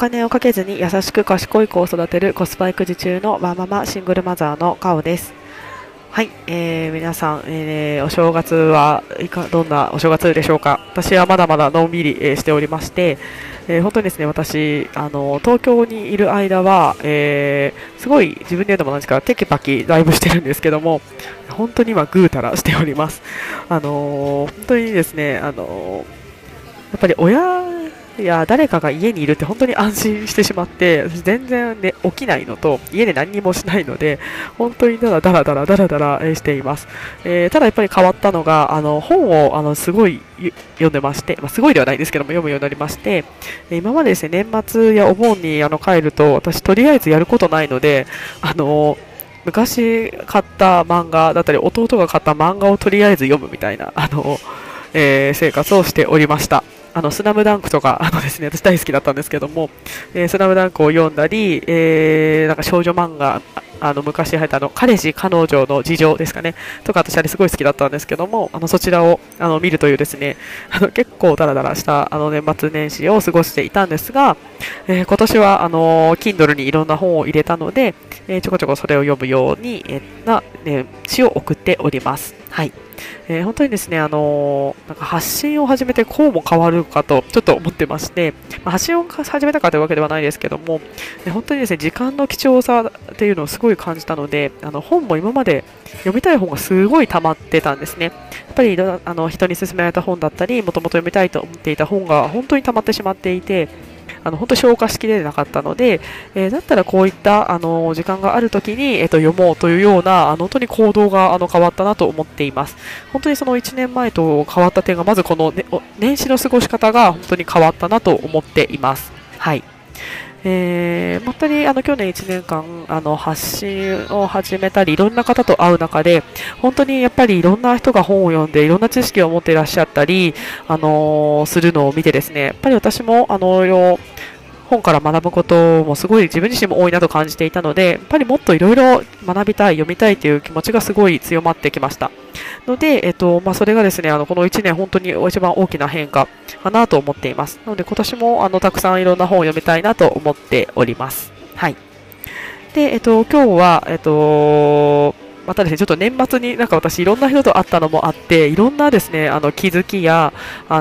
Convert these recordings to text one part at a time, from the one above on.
金をかけずに優しく賢い子を育てるコスパ育児中のワーママシングルマザーのカオです。はい、皆さん、お正月はどんなお正月でしょうか。私はまだまだのんびり、しておりまして、本当にですね、私東京にいる間は、すごい自分で言うのもなんですがテキパキライブしてるんですけども、本当に今ぐうたらしております。本当にですね、やっぱり親や誰かが家にいるって本当に安心してしまって、私全然、ね、起きないのと家で何にもしないので、本当にダラダラしています。ただやっぱり変わったのが、本をすごい読んでまして、すごいではないですけども読むようになりまして、今までですね、年末やお盆に帰ると私とりあえずやることないので、昔買った漫画だったり弟が買った漫画をとりあえず読むみたいな生活をしておりました。スラムダンクとかですね、私大好きだったんですけども、スラムダンクを読んだり、なんか少女漫画、昔入った彼氏彼女の事情ですかねとか、私あれすごい好きだったんですけども、そちらを見るというですね、結構ダラダラした年末年始を過ごしていたんですが、今年はKindle にいろんな本を入れたので、ちょこちょこそれを読むように、年始を送っております。はい。本当にですね、なんか発信を始めてこうも変わるかとちょっと思ってまして、発信を始めたかというわけではないですけども、本当にですね、時間の貴重さっていうのをすごい感じたので、本も今まで読みたい本がすごい溜まってたんですね。やっぱり人に勧められた本だったり、もともと読みたいと思っていた本が本当に溜まってしまっていて、本当消化しきれなかったので、だったらこういった時間があるときに、読もうというような本当に行動が変わったなと思っています。本当にその1年前と変わった点が、まずこの、年始の過ごし方が本当に変わったなと思っています。はい。本当に去年1年間発信を始めたりいろんな方と会う中で、本当にやっぱりいろんな人が本を読んでいろんな知識を持っていらっしゃったり、するのを見てですね、やっぱり私も本から学ぶこともすごい自分自身も多いなと感じていたので、やっぱりもっといろいろ学びたい、読みたいという気持ちがすごい強まってきましたので、それがですね、この1年本当に一番大きな変化かなと思っています。なので今年もたくさんいろんな本を読みたいなと思っております。はい。で、今日はまたですね、ちょっと年末になんか私いろんな人と会ったのもあって、いろんなですね、気づきや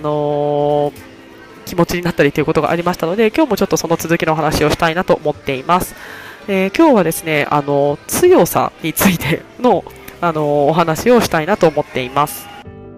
気持ちになったりということがありましたので、今日もちょっとその続きの話をしたいなと思っています。今日はですね、強さについての、お話をしたいなと思っています。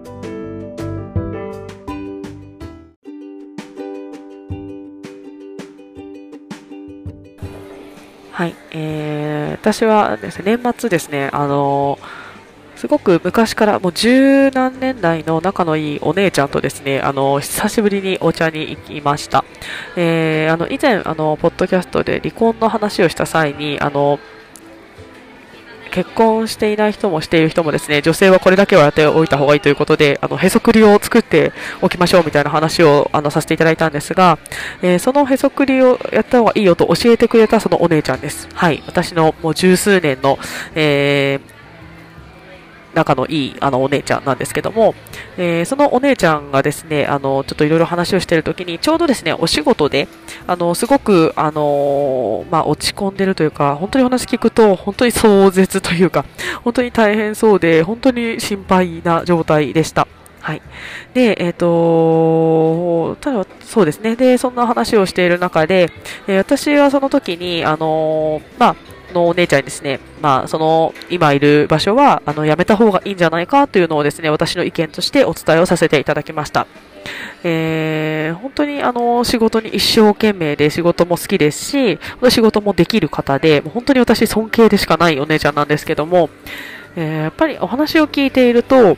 はい、私はですね、年末ですね、すごく昔からもう十何年来の仲のいいお姉ちゃんとですね、久しぶりにお茶に行きました。以前ポッドキャストで離婚の話をした際に結婚していない人もしている人もですね、女性はこれだけはやっておいた方がいいということで、へそくりを作っておきましょうみたいな話をさせていただいたんですが、そのへそくりをやった方がいいよと教えてくれたそのお姉ちゃんです。はい、私のもう十数年の、仲のいいお姉ちゃんなんですけども、そのお姉ちゃんがですね、ちょっといろいろ話をしているときに、ちょうどですね、お仕事で、すごく、落ち込んでるというか、本当にお話聞くと、本当に壮絶というか、本当に大変そうで、本当に心配な状態でした。はい。で、ただ、そうですね。で、そんな話をしている中で、私はその時に、のお姉ちゃんにですね、その今いる場所はやめた方がいいんじゃないかというのをですね、私の意見としてお伝えをさせていただきました。本当に仕事に一生懸命で仕事も好きですし、仕事もできる方で、もう本当に私尊敬でしかないお姉ちゃんなんですけども、やっぱりお話を聞いていると、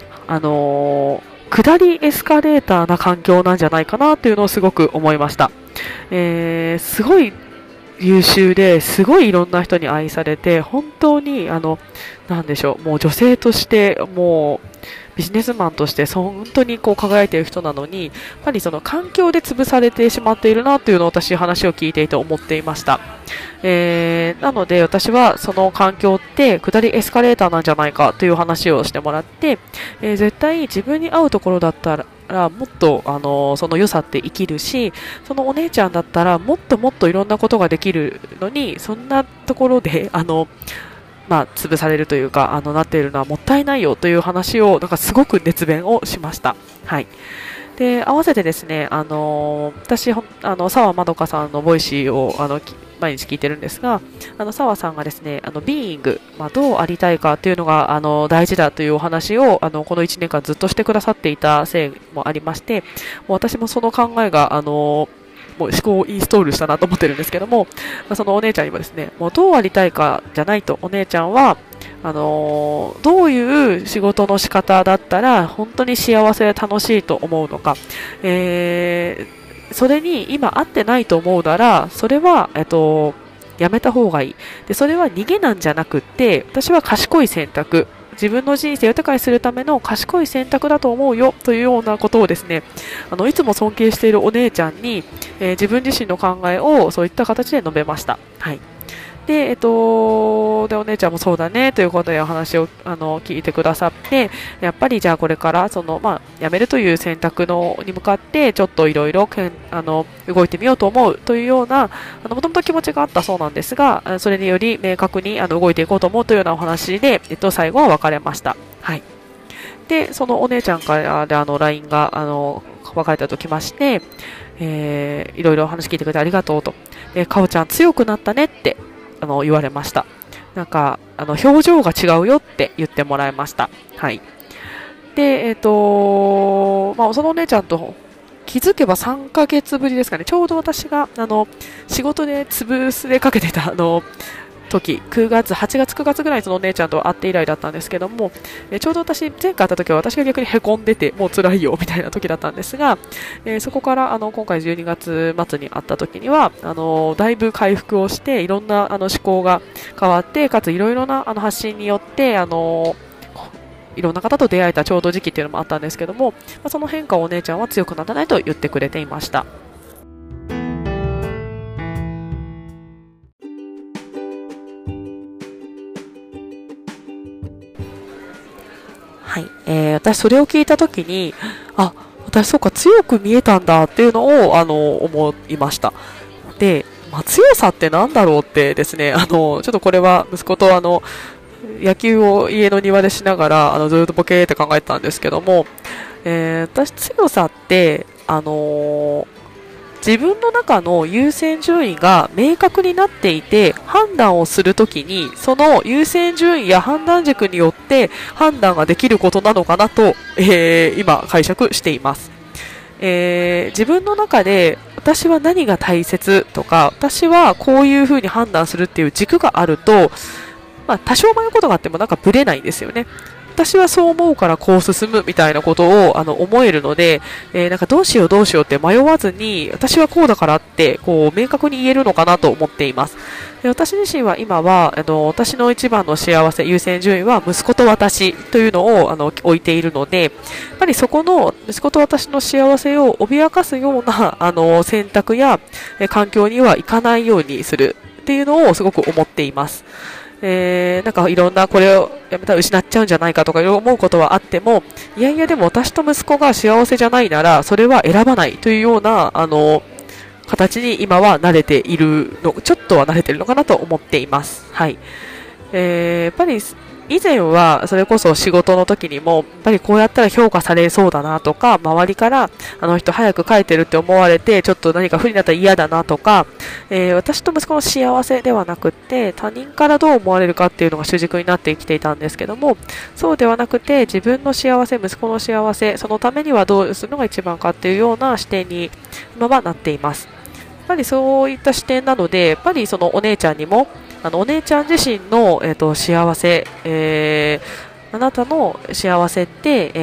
下りエスカレーターな環境なんじゃないかなというのをすごく思いました。すごい優秀ですごいいろんな人に愛されて、本当になんでしょう、もう女性としてもうビジネスマンとして本当にこう輝いている人なのに、やっぱりその環境で潰されてしまっているなというのを私、話を聞いていて思っていました。なので私はその環境って下りエスカレーターなんじゃないかという話をしてもらって、絶対自分に合うところだったらもっとその良さって生きるし、そのお姉ちゃんだったらもっともっといろんなことができるのに、そんなところで潰されるというかなっているのはもったいないよという話をなんかすごく熱弁をしました。はい。で合わせてですね、私澤まどかさんのボイシーを毎日聞いてるんですが、澤さんがですね、ビーイング、どうありたいかというのが大事だというお話をこの1年間ずっとしてくださっていたせいもありまして、もう私もその考えがもう思考をインストールしたなと思ってるんですけども、そのお姉ちゃんにもですね、もうどうありたいかじゃないと、お姉ちゃんはどういう仕事の仕方だったら本当に幸せで楽しいと思うのか、それに今合ってないと思うなら、それは、やめた方がいい。で、それは逃げなんじゃなくって、私は賢い選択。自分の人生を豊かにするための賢い選択だと思うよというようなことをですね、いつも尊敬しているお姉ちゃんに、自分自身の考えをそういった形で述べました。はい。で、で、お姉ちゃんもそうだねということでお話を聞いてくださって、やっぱりじゃあこれから辞めるという選択に向かってちょっといろいろ動いてみようと思うというようなもともと気持ちがあったそうなんですが、それにより明確に動いていこうと思うというようなお話で、最後は別れました。はい。で、そのお姉ちゃんからでLINE が別れたときまして、いろいろ話聞いてくれてありがとうと、かおちゃん強くなったねって言われました。なんか表情が違うよって言ってもらいました。はい。で、そのお姉ちゃんと気づけば3ヶ月ぶりですかね。ちょうど私が仕事で潰れかけてた時、8月9月ぐらいにそのお姉ちゃんと会って以来だったんですけども、ちょうど前回会った時は私が逆にへこんでてもう辛いよみたいな時だったんですが、そこから今回12月末に会った時にはだいぶ回復をして、いろんな思考が変わって、かついろいろな発信によっていろんな方と出会えたちょうど時期っていうのもあったんですけども、その変化をお姉ちゃんは強くならないと言ってくれていました。はい。私それを聞いたときに、私そうか強く見えたんだっていうのを思いました。で、強さってなんだろうってですね、ちょっとこれは息子と野球を家の庭でしながらずっとボケーって考えてたんですけども、私強さって自分の中の優先順位が明確になっていて、判断をするときにその優先順位や判断軸によって判断ができることなのかなと、今解釈しています。自分の中で私は何が大切とか、私はこういうふうに判断するっていう軸があると、多少迷うことがあってもなんかブレないんですよね。私はそう思うからこう進むみたいなことを思えるので、なんかどうしようって迷わずに、私はこうだからってこう明確に言えるのかなと思っています。で、私自身は今は私の一番の幸せ優先順位は息子と私というのを置いているので、やっぱりそこの息子と私の幸せを脅かすような選択や環境にはいかないようにするっていうのをすごく思っています。なんかいろんなこれをやめたら失っちゃうんじゃないかとか思うことはあっても、いやいやでも私と息子が幸せじゃないならそれは選ばないというような形に今は慣れているの、ちょっとは慣れているのかなと思っています。はい。やっぱり以前はそれこそ仕事の時にもやっぱりこうやったら評価されそうだなとか、周りからあの人早く帰ってるって思われてちょっと何か不利になったら嫌だなとか、私と息子の幸せではなくって他人からどう思われるかっていうのが主軸になってきていたんですけども、そうではなくて自分の幸せ、息子の幸せ、そのためにはどうするのが一番かっていうような視点に今はなっています。やっぱりそういった視点なので、やっぱりそのお姉ちゃんにもお姉ちゃん自身の、幸せ、あなたの幸せって、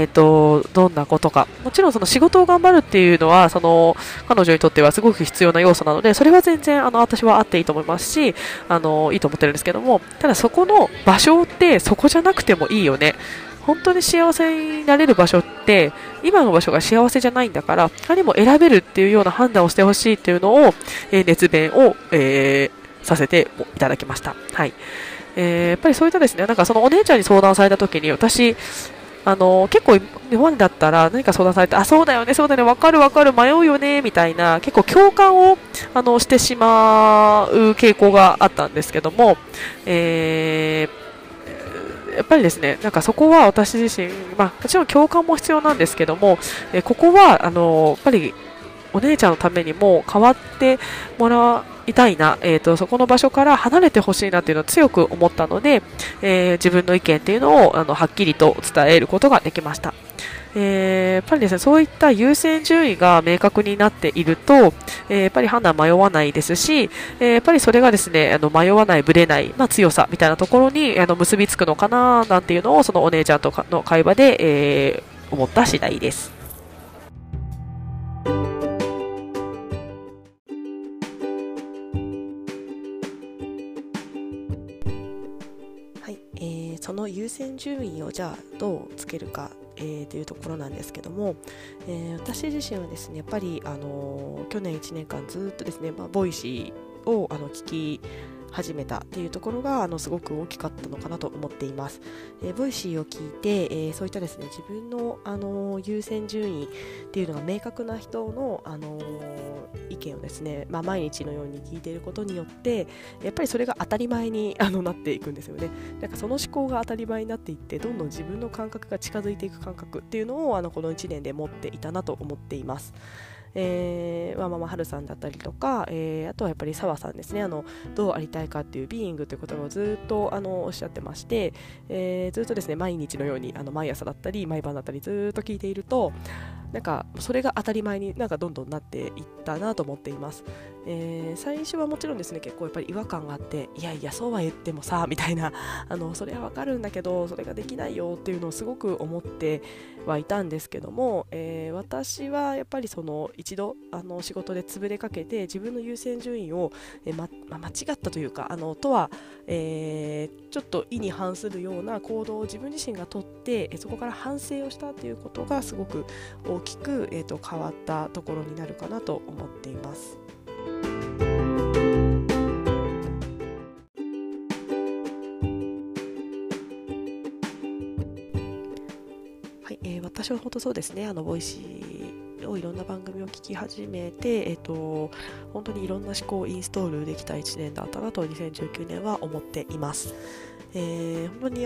どんなことか、もちろんその仕事を頑張るっていうのはその彼女にとってはすごく必要な要素なので、それは全然私はあっていいと思いますし、いいと思ってるんですけども、ただそこの場所ってそこじゃなくてもいいよね。 本当に幸せになれる場所って今の場所が幸せじゃないんだから他にも選べるっていうような判断をしてほしいっていうのを、熱弁を、させていただきました。はい。やっぱりそういったですね、なんかそのお姉ちゃんに相談された時に私結構日本だったら何か相談されて、あ、そうだよね、そうだね、わかるわかる、迷うよねみたいな結構共感をしてしまう傾向があったんですけども、やっぱりですね、なんかそこは私自身、もちろん共感も必要なんですけども、ここはやっぱりお姉ちゃんのためにも変わってもらいたいな、そこの場所から離れてほしいなというのを強く思ったので、自分の意見というのをはっきりと伝えることができました。やっぱりですね、そういった優先順位が明確になっていると、やっぱり判断迷わないですし、やっぱりそれがですね、迷わない、ぶれない、強さみたいなところに結びつくのかななんていうのをそのお姉ちゃんとの会話で、思った次第です。その優先順位をじゃあどうつけるか、というところなんですけども、私自身はですねやっぱり、去年1年間ずっとですね、ボイシーを聞き始めたっていうところがすごく大きかったのかなと思っています。ボイシーを聞いて、そういったですね自分の、優先順位っていうのが明確な人の、意見をですね、毎日のように聞いていることによってやっぱりそれが当たり前になっていくんですよね。なんかその思考が当たり前になっていってどんどん自分の感覚が近づいていく感覚っていうのをこの1年で持っていたなと思っています。ママ春さんだったりとか、あとはやっぱり澤さんですね、どうありたいかっていうビーイングという言葉をずっとおっしゃってまして、ずっとですね毎日のように毎朝だったり毎晩だったりずっと聞いているとなんかそれが当たり前になんかどんどんなっていったなと思っています。最初はもちろんですね結構やっぱり違和感があっていやいやそうは言ってもさみたいなそれはわかるんだけどそれができないよっていうのをすごく思ってはいたんですけども、私はやっぱりその一度仕事で潰れかけて自分の優先順位を、間違ったというかとは、ちょっと意に反するような行動を自分自身がとってそこから反省をしたということがすごく大きく、変わったところになるかなと思っています。はい、私は本当そうですねボイシーをいろんな番組を聞き始めて、本当にいろんな思考をインストールできた1年だったなと2019年は思っています。本当に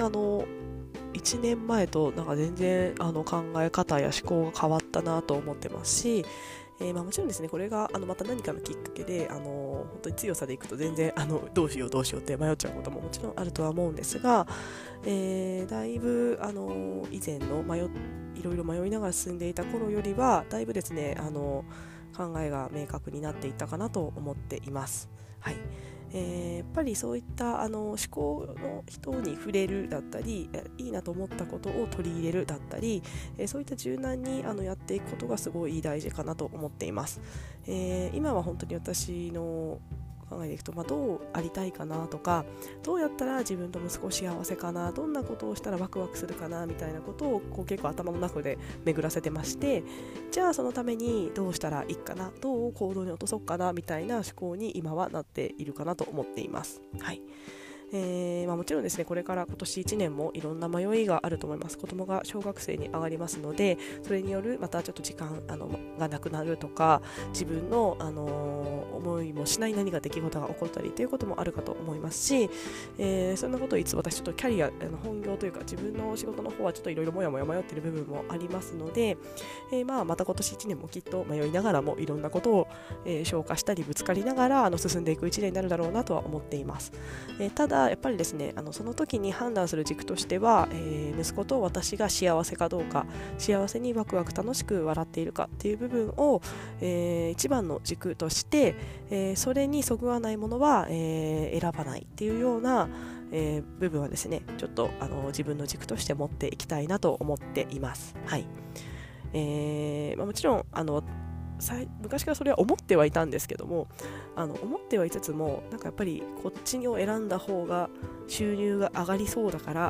1年前となんか全然考え方や思考が変わったなと思ってますし、もちろんですねこれがまた何かのきっかけで本当に強さでいくと全然どうしようって迷っちゃうことももちろんあるとは思うんですが、だいぶ以前のいろいろ迷いながら進んでいた頃よりはだいぶですね考えが明確になっていったかなと思っています。はい。やっぱりそういった思考の人に触れるだったりいいなと思ったことを取り入れるだったり、そういった柔軟にやっていくことがすごい大事かなと思っています。今は本当に私の考えていくと、どうありたいかなとかどうやったら自分と息子幸せかなどんなことをしたらワクワクするかなみたいなことを結構頭の中で巡らせてまして、じゃあそのためにどうしたらいいかなどう行動に落とそうかなみたいな思考に今はなっているかなと思っています。はい。もちろんですねこれから今年1年もいろんな迷いがあると思います。子供が小学生に上がりますのでそれによるまたちょっと時間がなくなるとか自分の、思いもしない何か出来事が起こったりということもあるかと思いますし、そんなことをいつ私ちょっとキャリア本業というか自分の仕事の方はちょっといろいろもやもや迷っている部分もありますので、また今年1年もきっと迷いながらもいろんなことを、消化したりぶつかりながら進んでいく1年になるだろうなとは思っています。ただやっぱりですねその時に判断する軸としては、息子と私が幸せかどうか幸せにワクワク楽しく笑っているかっていう部分を、一番の軸として、それにそぐわないものは、選ばないっていうような、部分はですねちょっと自分の軸として持っていきたいなと思っています。はい。もちろん昔からそれは思ってはいたんですけども思ってはいつつもなんかやっぱりこっちを選んだ方が収入が上がりそうだから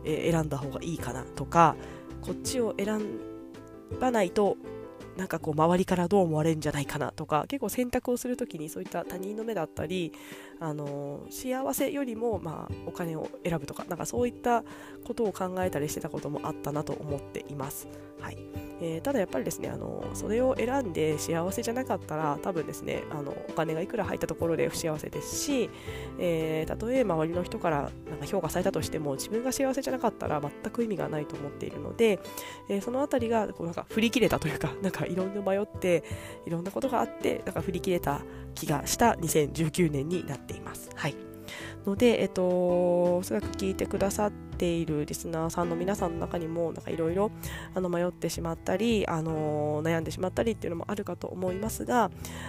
選んだ方がいいかなとか、こっちを選ばないとなんかこう周りからどう思われるんじゃないかなとか、結構選択をするときにそういった他人の目だったり、幸せよりもお金を選ぶとか、なんかそういったことを考えたりしてたこともあったなと思っています。はい。ただやっぱりですね、それを選んで幸せじゃなかったら、多分ですね、お金がいくら入ったところで不幸せですし、たとえ周りの人からなんか評価されたとしても、自分が幸せじゃなかったら全く意味がないと思っているので、そのあたりがこうなんか振り切れたというか、なんかいろんな迷っていろんなことがあって、なんか振り切れた気がした2019年になっています。はい。ので、おそらく聞いてくださっているリスナーさんの皆さんの中にもなんかいろいろ迷ってしまったり、悩んでしまったりっていうのもあるかと思いますが、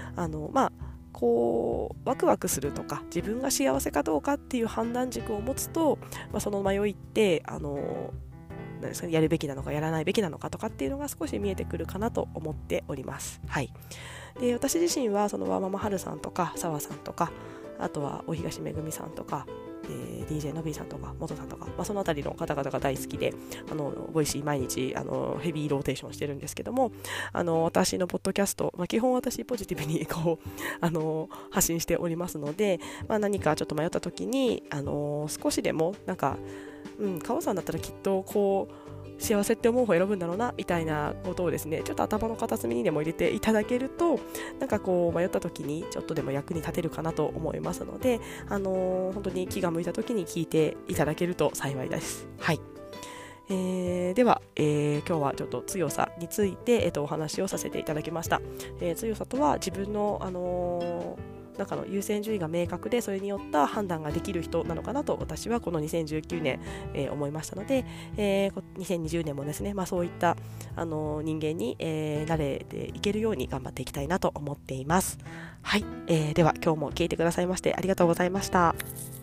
こうワクワクするとか自分が幸せかどうかっていう判断軸を持つと、その迷いってなんですかね、やるべきなのかやらないべきなのかとかっていうのが少し見えてくるかなと思っております。はい。で、私自身はそのワーママハルさんとか澤さんとか、あとは大東めぐみさんとか、DJ のびーさんとか元さんとか、そのあたりの方々が大好きで、ボイシー毎日ヘビーローテーションしてるんですけども、私のポッドキャスト、基本私ポジティブにこう発信しておりますので、何かちょっと迷った時に少しでもなんか、川さんだったらきっとこう幸せって思う方を選ぶんだろうなみたいなことをですね、ちょっと頭の片隅にでも入れていただけると、なんかこう迷った時にちょっとでも役に立てるかなと思いますので、本当に気が向いた時に聞いていただけると幸いです。はい。では、今日はちょっと強さについて、お話をさせていただきました。強さとは自分の中の優先順位が明確で、それによった判断ができる人なのかなと私はこの2019年、思いましたので、2020年もですね、そういった人間に、慣れていけるように頑張っていきたいなと思っています。はい、では今日も聞いてくださいましてありがとうございました。